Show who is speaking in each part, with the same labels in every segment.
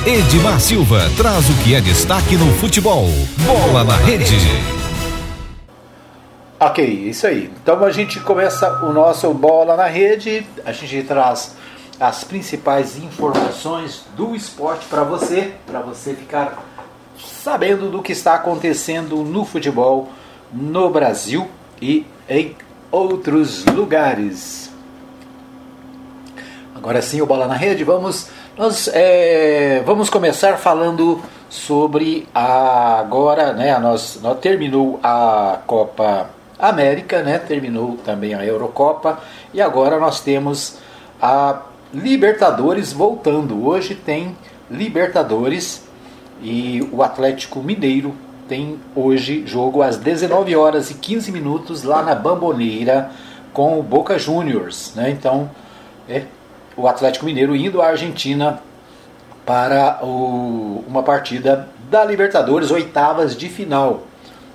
Speaker 1: Edmar Silva traz o que é destaque no futebol. Bola na Rede.
Speaker 2: Ok, isso aí. Então a gente começa o nosso Bola na Rede. A gente traz as principais informações do esporte para você ficar sabendo do que está acontecendo no futebol no Brasil e em outros lugares. Agora sim, o Bola na Rede. Vamos começar falando sobre agora, né? Nós terminou a Copa América, né? Terminou também a Eurocopa e agora nós temos a Libertadores voltando. Hoje tem Libertadores e o Atlético Mineiro tem hoje jogo às 19h15 lá na Bombonera com o Boca Juniors, né? Então o Atlético Mineiro indo à Argentina para uma partida da Libertadores, oitavas de final.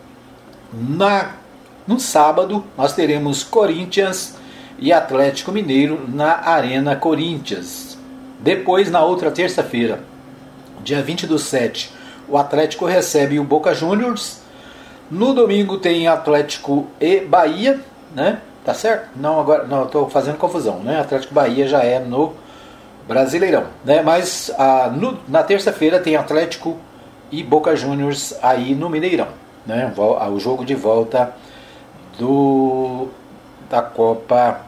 Speaker 2: No sábado, nós teremos Corinthians e Atlético Mineiro na Arena Corinthians. Depois, na outra terça-feira, dia 20/7, o Atlético recebe o Boca Juniors. No domingo tem Atlético e Bahia, né? Tá certo? Não, agora não, estou fazendo confusão, né? Atlético Bahia já é no Brasileirão, né? Mas na terça-feira tem Atlético e Boca Juniors aí no Mineirão, né? O jogo de volta da Copa,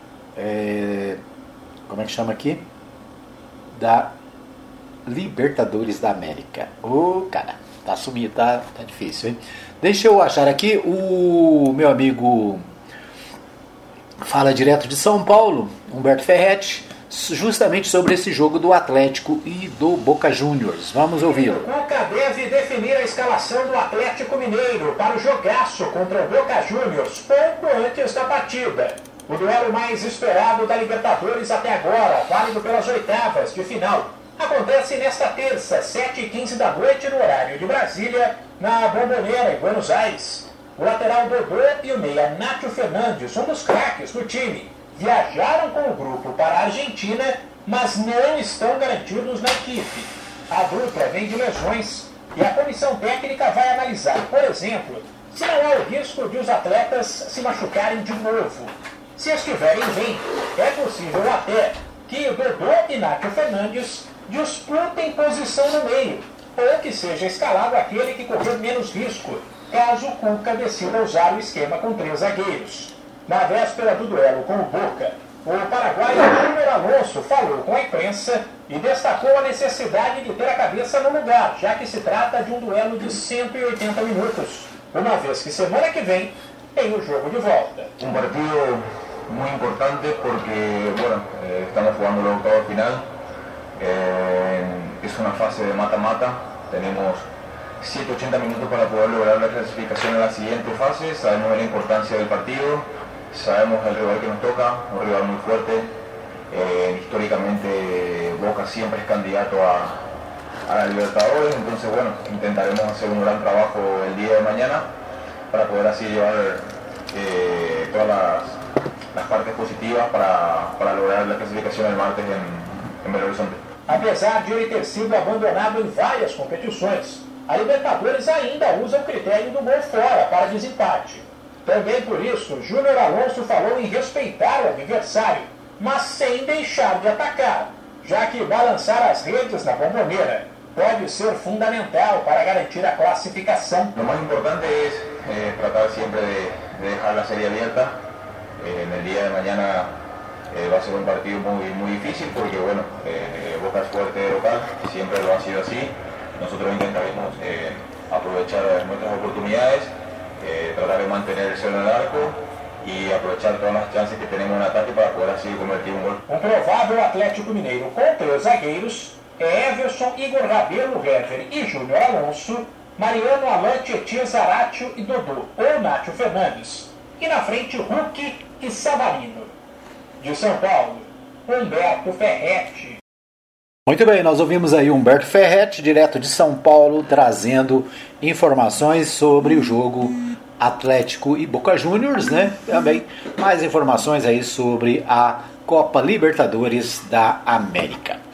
Speaker 2: como é que chama aqui? Da Libertadores da América. Cara, tá sumido, tá difícil, hein? Deixa eu achar aqui, o meu amigo fala direto de São Paulo, Humberto Ferretti, justamente sobre esse jogo do Atlético e do Boca Juniors. Vamos ouvi-lo.
Speaker 3: O Cuca deve definir a escalação do Atlético Mineiro para o jogaço contra o Boca Juniors pouco antes da partida. O duelo mais esperado da Libertadores até agora, válido pelas oitavas de final, acontece nesta terça, 7h15 da noite, no horário de Brasília, na Bombonera, em Buenos Aires. O lateral Dodô e o meia Nátio Fernandes, um dos craques do time, viajaram com o grupo para a Argentina, mas não estão garantidos na equipe. A dupla vem de lesões e a comissão técnica vai analisar, por exemplo, se não há o risco de os atletas se machucarem de novo. Se estiverem bem, é possível até que o Dodô e Nátio Fernandes disputem posição no meio, ou que seja escalado aquele que correr menos risco, caso o Cuca decida usar o esquema com 3 zagueiros. Na véspera do duelo com o Boca, o paraguaio Júnior Alonso falou com a imprensa e destacou a necessidade de ter a cabeça no lugar, já que se trata de um duelo de 180 minutos, uma vez que semana que vem tem o jogo de volta.
Speaker 4: Um partido muito importante porque, estamos jugando el octavo final, es una fase de mata-mata, tenemos 180 minutos para poder lograr la clasificación en la siguiente fase. Sabemos la importancia del partido, sabemos el rival que nos toca, un rival muy fuerte. Históricamente Boca siempre es candidato a la Libertadores, entonces intentaremos hacer un gran trabajo el día de mañana para poder así llevar todas las partes positivas para lograr la clasificación el martes en Belo Horizonte.
Speaker 3: Apesar de ele ter sido abandonado em várias competições, a Libertadores ainda usa o critério do gol fora para desempate. Também por isso, Júnior Alonso falou em respeitar o adversário, mas sem deixar de atacar, já que balançar as redes na Bombonera pode ser fundamental para garantir a classificação.
Speaker 4: Lo más importante es tratar siempre de dejar la serie abierta. En el día de mañana va a ser un partido muy difícil porque Boca es fuerte de local, siempre lo ha sido así. Nosotros intentaremos aprovechar nuestras oportunidades, tratar de mantener el cero en el arco y aprovechar todas las chances que tenemos en ataque para poder así convertir un gol.
Speaker 3: Um provável Atlético Mineiro com 3 zagueiros é Everson, Igor Rabelo, Hever e Júnior Alonso, Mariano, Alain, Tietchan, Zaratio e Dodô, ou Nátio Fernandes. E na frente, Hulk e Savarino. De São Paulo, Humberto Ferretti.
Speaker 2: Muito bem, nós ouvimos aí Humberto Ferretti, direto de São Paulo, trazendo informações sobre o jogo Atlético e Boca Juniors, né? Também mais informações aí sobre a Copa Libertadores da América.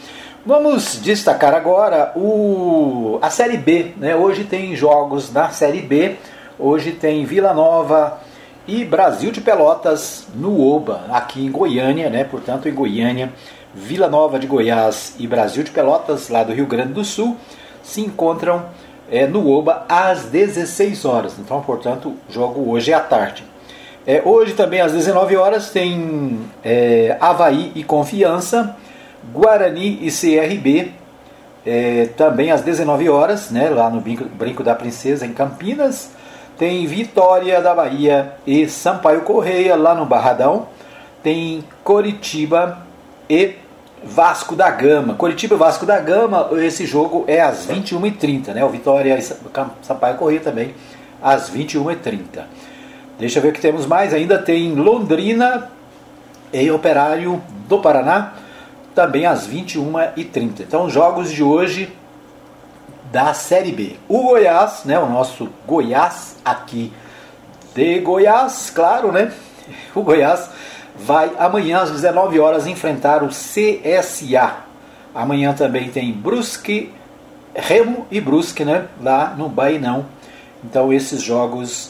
Speaker 2: Vamos destacar agora a Série B, né? Hoje tem jogos na Série B. Hoje tem Vila Nova e Brasil de Pelotas no Oba, aqui em Goiânia, né? Portanto, em Goiânia, Vila Nova de Goiás e Brasil de Pelotas, lá do Rio Grande do Sul, se encontram no Oba às 16 horas. Então, portanto, o jogo hoje é à tarde. Hoje também às 19 horas tem Avaí e Confiança, Guarani e CRB, também às 19 horas, né, lá no Brinco da Princesa, em Campinas. Tem Vitória da Bahia e Sampaio Correia, lá no Barradão. Tem Coritiba e Vasco da Gama. Coritiba e Vasco da Gama, esse jogo é às 21h30, né? O Vitória e Sampaio Correia também às 21h30. Deixa eu ver o que temos mais. Ainda tem Londrina e Operário do Paraná, também às 21h30. Então, jogos de hoje da Série B. O Goiás, né, o nosso Goiás aqui de Goiás, claro, né? O Goiás vai amanhã às 19 horas enfrentar o CSA. Amanhã também tem Brusque, Remo e Brusque, né, lá no Bainão. Então, esses jogos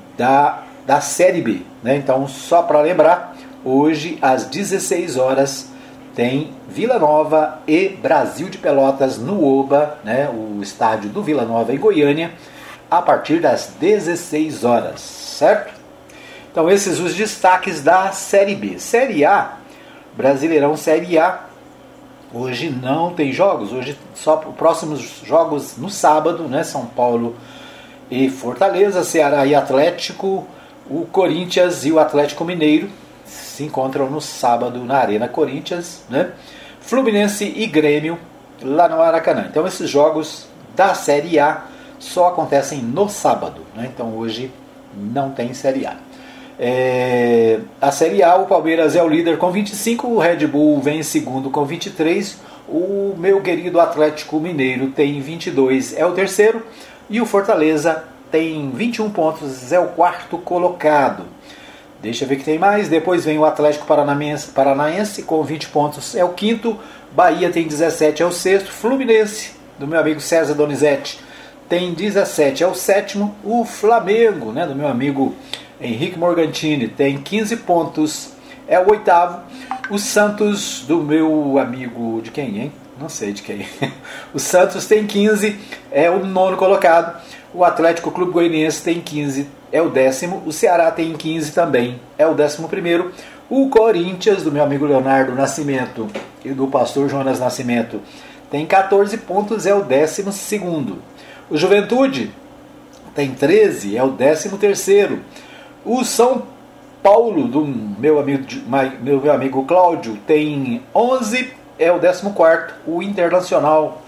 Speaker 2: da Série B, né? Então, só para lembrar, hoje às 16 horas tem Vila Nova e Brasil de Pelotas no Oba, né, o estádio do Vila Nova em Goiânia, a partir das 16 horas, certo? Então esses os destaques da Série B. Série A, Brasileirão Série A, hoje não tem jogos, hoje só os próximos jogos no sábado, né, São Paulo e Fortaleza, Ceará e Atlético, o Corinthians e o Atlético Mineiro se encontram no sábado na Arena Corinthians, né? Fluminense e Grêmio lá no Maracanã. Então esses jogos da Série A só acontecem no sábado, né? Então hoje não tem Série A. A Série A, o Palmeiras é o líder com 25, o Red Bull vem em segundo com 23, o meu querido Atlético Mineiro tem 22, é o terceiro, e o Fortaleza tem 21 pontos, é o quarto colocado. Deixa eu ver que tem mais. Depois vem o Atlético Paranaense com 20 pontos, é o quinto. Bahia tem 17, é o sexto. Fluminense, do meu amigo César Donizete, tem 17, é o sétimo. O Flamengo, né, do meu amigo Henrique Morgantini, tem 15 pontos, é o oitavo. O Santos, do meu amigo... de quem, hein? Não sei de quem. O Santos tem 15, é o nono colocado. O Atlético Clube Goianiense tem 15, é o décimo. O Ceará tem 15 também, é o 11º. O Corinthians, do meu amigo Leonardo Nascimento e do pastor Jonas Nascimento, tem 14 pontos, é o 12º. O Juventude tem 13, é o 13º. O São Paulo, do meu amigo Cláudio, tem 11, é o 14º. O Internacional,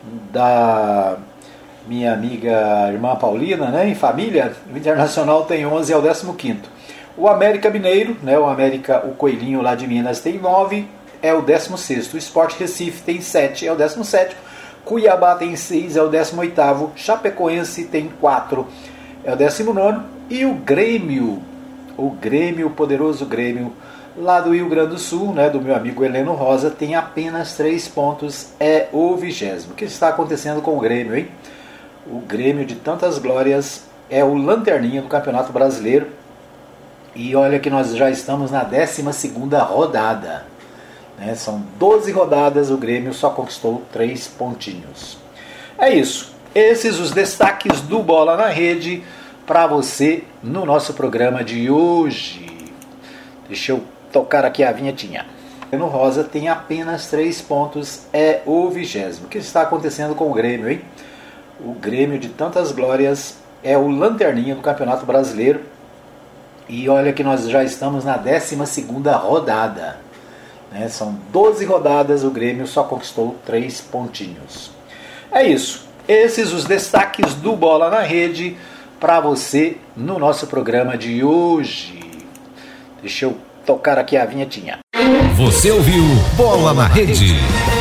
Speaker 2: da minha amiga irmã Paulina, né, em família, o Internacional tem 11, é o 15º. O América Mineiro, né, o Coelhinho lá de Minas, tem 9, é o 16º. O Sport Recife tem 7, é o 17º. Cuiabá tem 6, é o 18º. Chapecoense tem 4, é o 19º. E o Grêmio, o poderoso Grêmio, lá do Rio Grande do Sul, né, do meu amigo Heleno Rosa, tem apenas 3 pontos, é o 20º. O que está acontecendo com o Grêmio, hein? O Grêmio de tantas glórias é o lanterninha do Campeonato Brasileiro. E olha que nós já estamos na 12ª rodada, né? São 12 rodadas, o Grêmio só conquistou 3 pontinhos. É isso. Esses os destaques do Bola na Rede para você no nosso programa de hoje. Deixa eu tocar aqui a vinhetinha. No Rosa tem apenas 3 pontos, é o 20º. O que está acontecendo com o Grêmio, hein? O Grêmio de tantas glórias é o lanterninha do Campeonato Brasileiro. E olha que nós já estamos na 12ª rodada, né? São 12 rodadas, o Grêmio só conquistou 3 pontinhos. É isso. Esses os destaques do Bola na Rede para você no nosso programa de hoje. Deixa eu tocar aqui a vinhetinha.
Speaker 1: Você ouviu Bola na Rede.